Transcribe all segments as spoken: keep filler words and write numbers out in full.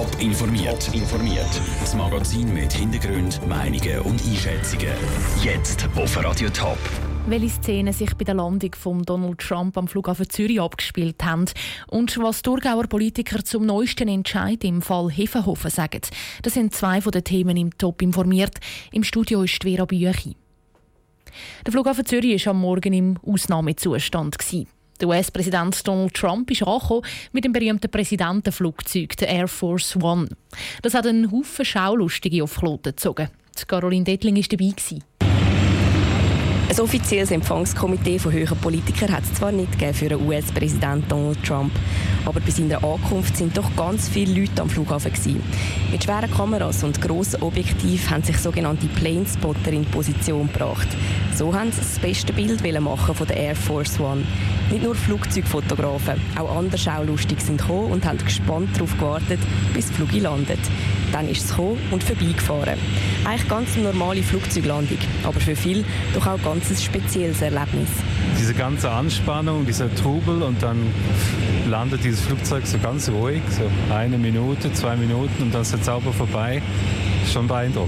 Top informiert. Top informiert. Das Magazin mit Hintergrund, Meinungen und Einschätzungen. Jetzt auf Radio Top. Welche Szenen sich bei der Landung von Donald Trump am Flughafen Zürich abgespielt haben und was Thurgauer Politiker zum neuesten Entscheid im Fall Hefenhofen sagen. Das sind zwei von den Themen im Top informiert. Im Studio ist Vera Büchi. Der Flughafen Zürich war am Morgen im Ausnahmezustand. Der U S-Präsident Donald Trump ist angekommen mit dem berühmten Präsidentenflugzeug, der Air Force One. Das hat einen Haufen Schaulustige auf Flotte gezogen. Caroline Dettling war dabei. Ein offizielles Empfangskomitee von höheren Politikern hat es zwar nicht gegeben für den U S-Präsident Donald Trump, aber bei seiner Ankunft sind doch ganz viele Leute am Flughafen gewesen. Mit schweren Kameras und grossen Objektiven haben sich sogenannte Planespotter in Position gebracht. So haben sie das beste Bild machen von der Air Force One. Nicht nur Flugzeugfotografen, auch andere Schaulustige sind gekommen und haben gespannt darauf gewartet, bis der Flug landet. Dann ist es gekommen und vorbeigefahren. Eigentlich ganz eine normale Flugzeuglandung, aber für viele doch auch ganz ein spezielles Erlebnis. Diese ganze Anspannung, dieser Trubel und dann landet dieses Flugzeug so ganz ruhig, so eine Minute, zwei Minuten und dann ist es sauber vorbei. Schon beeindruckend.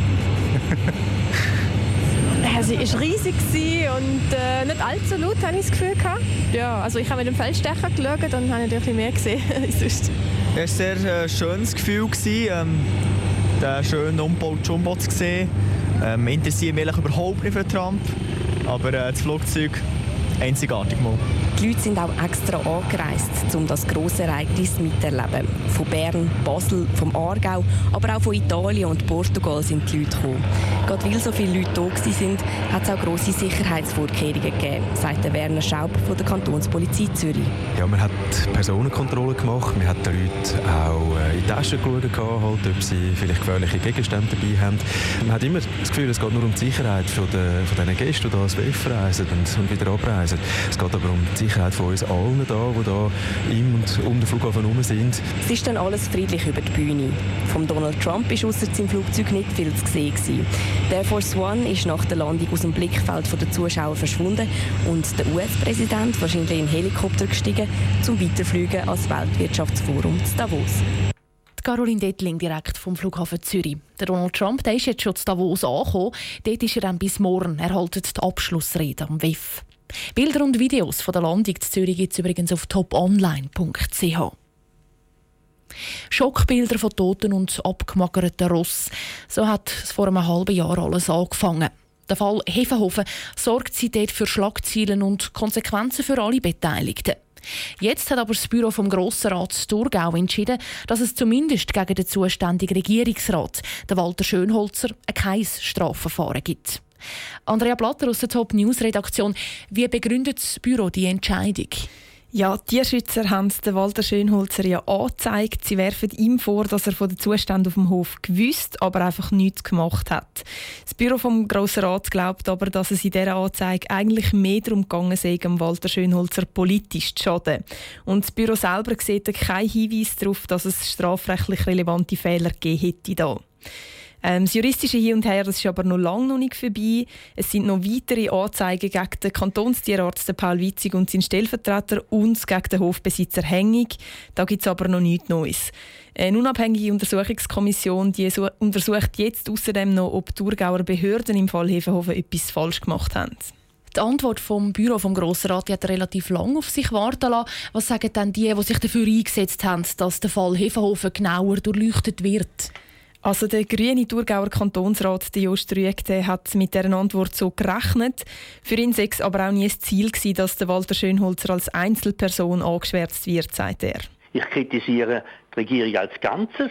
Sie war riesig und äh, nicht allzu laut, habe ich das Gefühl gehabt. Ja, also ich habe mit dem Feldstecher geschaut und habe ein bisschen mehr gesehen als sonst. Es war ein sehr äh, schönes Gefühl, ähm, den schönen umgebauten Jumbo zu sehen. Ähm, interessiert mich überhaupt nicht für Trump, aber äh, das Flugzeug einzigartig mal. Die Leute sind auch extra angereist, um das grosse Ereignis mitzuerleben. Von Bern, Basel, vom Aargau, aber auch von Italien und Portugal sind die Leute gekommen. Gerade weil so viele Leute da waren, hat es auch grosse Sicherheitsvorkehrungen gegeben, sagt der Werner Schaub von der Kantonspolizei Zürich. Ja, man hat Personenkontrolle gemacht, man hat den Leuten auch in die Taschen geschaut, halt, ob sie vielleicht gefährliche Gegenstände dabei haben. Man hat immer das Gefühl, es geht nur um die Sicherheit von den, von den Gästen, die hier als W E F reisen und, und wieder abreisen. Es geht aber um die Sicherheit von uns allen, da, die hier im und um den Flughafen herum sind. Es ist dann alles friedlich über die Bühne. Vom Donald Trump war ausser seinem Flugzeug nicht viel zu sehen. Der Air Force One ist nach der Landung aus dem Blickfeld der Zuschauer verschwunden und der U S-Präsident wahrscheinlich in den Helikopter gestiegen, zum Weiterfliegen ans Weltwirtschaftsforum zu Davos. Caroline Dettling direkt vom Flughafen Zürich. Der Donald Trump der ist jetzt schon zu Davos angekommen. Dort ist er dann bis morgen. Er hält die Abschlussrede am W E F. Bilder und Videos von der Landung in Zürich gibt es übrigens auf top online punkt c h. Schockbilder von toten und abgemagerten Ross. So hat es vor einem halben Jahr alles angefangen. Der Fall Hefenhofen sorgt seitdem für Schlagzeilen und Konsequenzen für alle Beteiligten. Jetzt hat aber das Büro vom Grossen Rat Thurgau entschieden, dass es zumindest gegen den zuständigen Regierungsrat, den Walter Schönholzer, kein Strafverfahren gibt. Andrea Blatter aus der Top News Redaktion. Wie begründet das Büro die Entscheidung? Ja, die Tierschützer haben den Walter Schönholzer ja angezeigt. Sie werfen ihm vor, dass er von den Zuständen auf dem Hof gewusst, aber einfach nichts gemacht hat. Das Büro vom Grossen Rat glaubt aber, dass es in dieser Anzeige eigentlich mehr darum gegangen sei, Walter Schönholzer politisch zu schaden. Und das Büro selber sieht keinen Hinweis darauf, dass es strafrechtlich relevante Fehler gegeben hätte. Da. Ähm, das juristische Hin und Her das ist aber noch lange noch nicht vorbei. Es sind noch weitere Anzeigen gegen den Kantonstierarzt Paul Witzig und seinen Stellvertreter und gegen den Hofbesitzer hängig. Da gibt es aber noch nichts Neues. Eine unabhängige Untersuchungskommission die so untersucht jetzt außerdem noch, ob die Thurgauer Behörden im Fall Hefenhofen etwas falsch gemacht haben. Die Antwort vom Büro vom Grossen Rat hat relativ lange auf sich warten lassen. Was sagen denn die, die sich dafür eingesetzt haben, dass der Fall Hefenhofen genauer durchleuchtet wird? Also der grüne Thurgauer Kantonsrat Jost Rüegg hat mit dieser Antwort so gerechnet. Für ihn sei es aber auch nie das Ziel gewesen, dass der Walter Schönholzer als Einzelperson angeschwärzt wird, sagt er. Ich kritisiere die Regierung als Ganzes.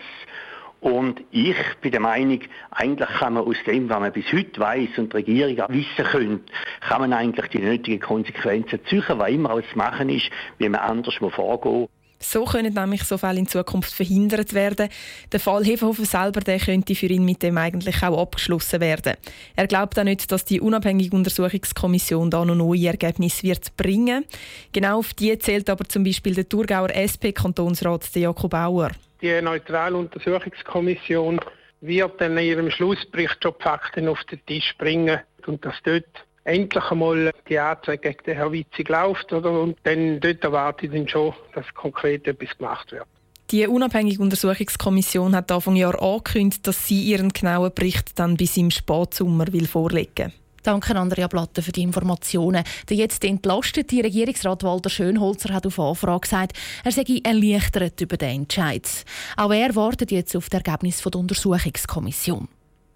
Und ich bin der Meinung, eigentlich kann man aus dem, was man bis heute weiss und die Regierung auch wissen könnte, kann man eigentlich die nötigen Konsequenzen ziehen, was immer alles zu machen ist, wie man anders vorgehen. So können nämlich so Fälle in Zukunft verhindert werden. Der Fall Hefenhofen selber der könnte für ihn mit dem eigentlich auch abgeschlossen werden. Er glaubt auch nicht, dass die unabhängige Untersuchungskommission da noch neue Ergebnisse wird bringen. Genau auf die zählt aber zum Beispiel der Thurgauer S P-Kantonsrat Jakob Bauer. Die neutrale Untersuchungskommission wird dann in ihrem Schlussbericht schon die Fakten auf den Tisch bringen und dass dort endlich einmal die Anzeige gegen den Herrn Witzig läuft. Oder? Und dann dort erwarte ich dann schon, dass konkret etwas gemacht wird. Die unabhängige Untersuchungskommission hat Anfang Jahr angekündigt, dass sie ihren genauen Bericht dann bis im Spätsommer vorlegen will. Danke Andrea Blatter für die Informationen. Der jetzt entlastete Regierungsrat Walter Schönholzer hat auf Anfrage gesagt, er sei erleichtert über den Entscheid. Auch er wartet jetzt auf das Ergebnis der Untersuchungskommission.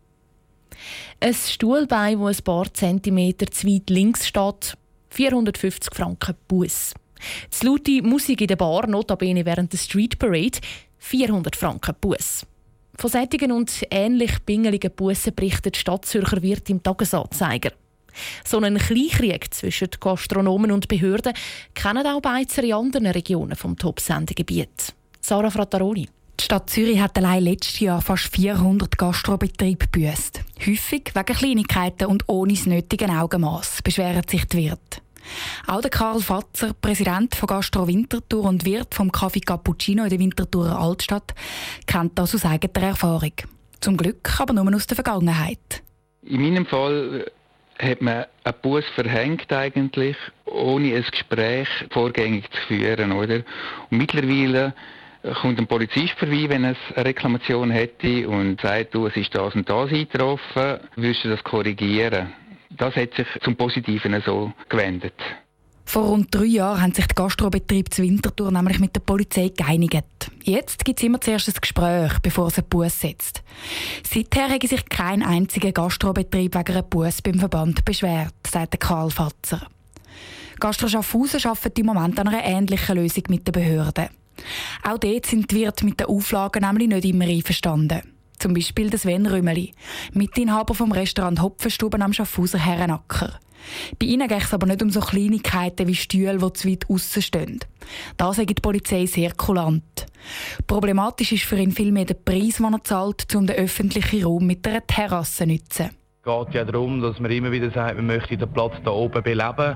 Ein Stuhlbein, das ein paar Zentimeter zu weit links steht, vierhundertfünfzig Franken Buß. Die laute Musik in der Bar, notabene während der Street Parade, vierhundert Franken Buß. Von solchen und ähnlich pingeligen Bussen berichtet die Stadtzürcher Wirt im Tagesanzeiger. So einen Kleinkrieg zwischen Gastronomen und Behörden kennen auch Beizer in anderen Regionen vom Top-Sendegebiet. Sarah Frattaroli. Die Stadt Zürich hat allein letztes Jahr fast vierhundert Gastrobetriebe gebüßt. Häufig wegen Kleinigkeiten und ohne das nötige Augenmaß, beschweren sich die Wirte. Auch der Karl Fatzer, Präsident von Gastro Winterthur und Wirt vom Café Cappuccino in der Winterthurer Altstadt, kennt das aus eigener Erfahrung. Zum Glück aber nur aus der Vergangenheit. In meinem Fall hat man einen Buß verhängt eigentlich, ohne ein Gespräch vorgängig zu führen, oder? Und mittlerweile kommt ein Polizist vorbei, wenn er eine Reklamation hätte und sagt, du, es ist das und das eingetroffen, würdest du das korrigieren? Das hat sich zum Positiven so gewendet. Vor rund drei Jahren haben sich die Gastrobetriebe zu Winterthur nämlich mit der Polizei geeinigt. Jetzt gibt es immer zuerst ein Gespräch, bevor es einen Buß setzt. Seither hat sich kein einziger Gastrobetrieb wegen einer Buß beim Verband beschwert, sagt Karl Fatzer. Gastro Schaffhausen arbeitet im Moment an einer ähnlichen Lösung mit den Behörden. Auch dort sind die Wirte mit den Auflagen nämlich nicht immer einverstanden. Zum Beispiel der Sven Rümmeli, Mitinhaber vom Restaurant Hopfenstube am Schaffhauser Herrenacker. Bei ihnen geht es aber nicht um so Kleinigkeiten wie Stühle, die zu weit aussen stehen. Da sagt die Polizei sehr kulant. Problematisch ist für ihn vielmehr der Preis, den er zahlt, um den öffentlichen Raum mit einer Terrasse zu nutzen. Es geht ja darum, dass man immer wieder sagt, man möchte den Platz hier oben beleben.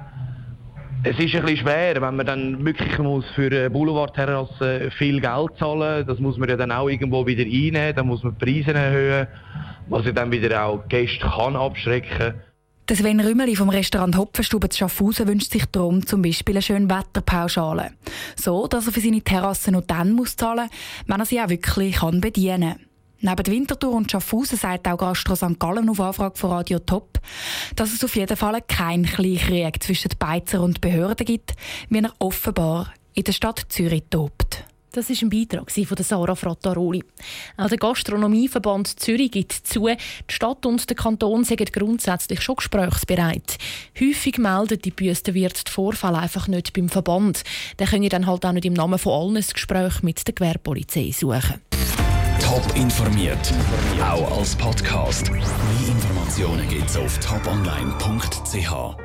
Es ist ein bisschen schwer, wenn man dann wirklich muss für eine Boulevardterrasse viel Geld zahlen muss. Das muss man ja dann auch irgendwo wieder einnehmen, dann muss man die Preise erhöhen, was ja dann wieder auch Gäste kann abschrecken. Der Sven Rümmeli vom Restaurant Hopfenstube zu Schaffhausen wünscht sich darum zum Beispiel eine schöne Wetterpauschale. So, dass er für seine Terrasse nur dann muss zahlen muss, wenn er sie auch wirklich kann bedienen kann. Neben Winterthur und Schaffhausen sagt auch Gastro Sankt Gallen auf Anfrage von Radio Top, dass es auf jeden Fall keinen Kleinkrieg zwischen den Beizer und Behörden gibt, wie er offenbar in der Stadt Zürich tobt. Das war ein Beitrag von Sarah Frattaroli. Auch der Gastronomieverband Zürich gibt zu, die Stadt und der Kanton sind grundsätzlich schon gesprächsbereit. Häufig melden die büssten Wirte die Vorfälle einfach nicht beim Verband. Dann können dann halt auch nicht im Namen von allen ein Gespräch mit der Gewerbepolizei suchen. Top informiert, auch als Podcast. Mehr Informationen gibt's auf top online punkt c h.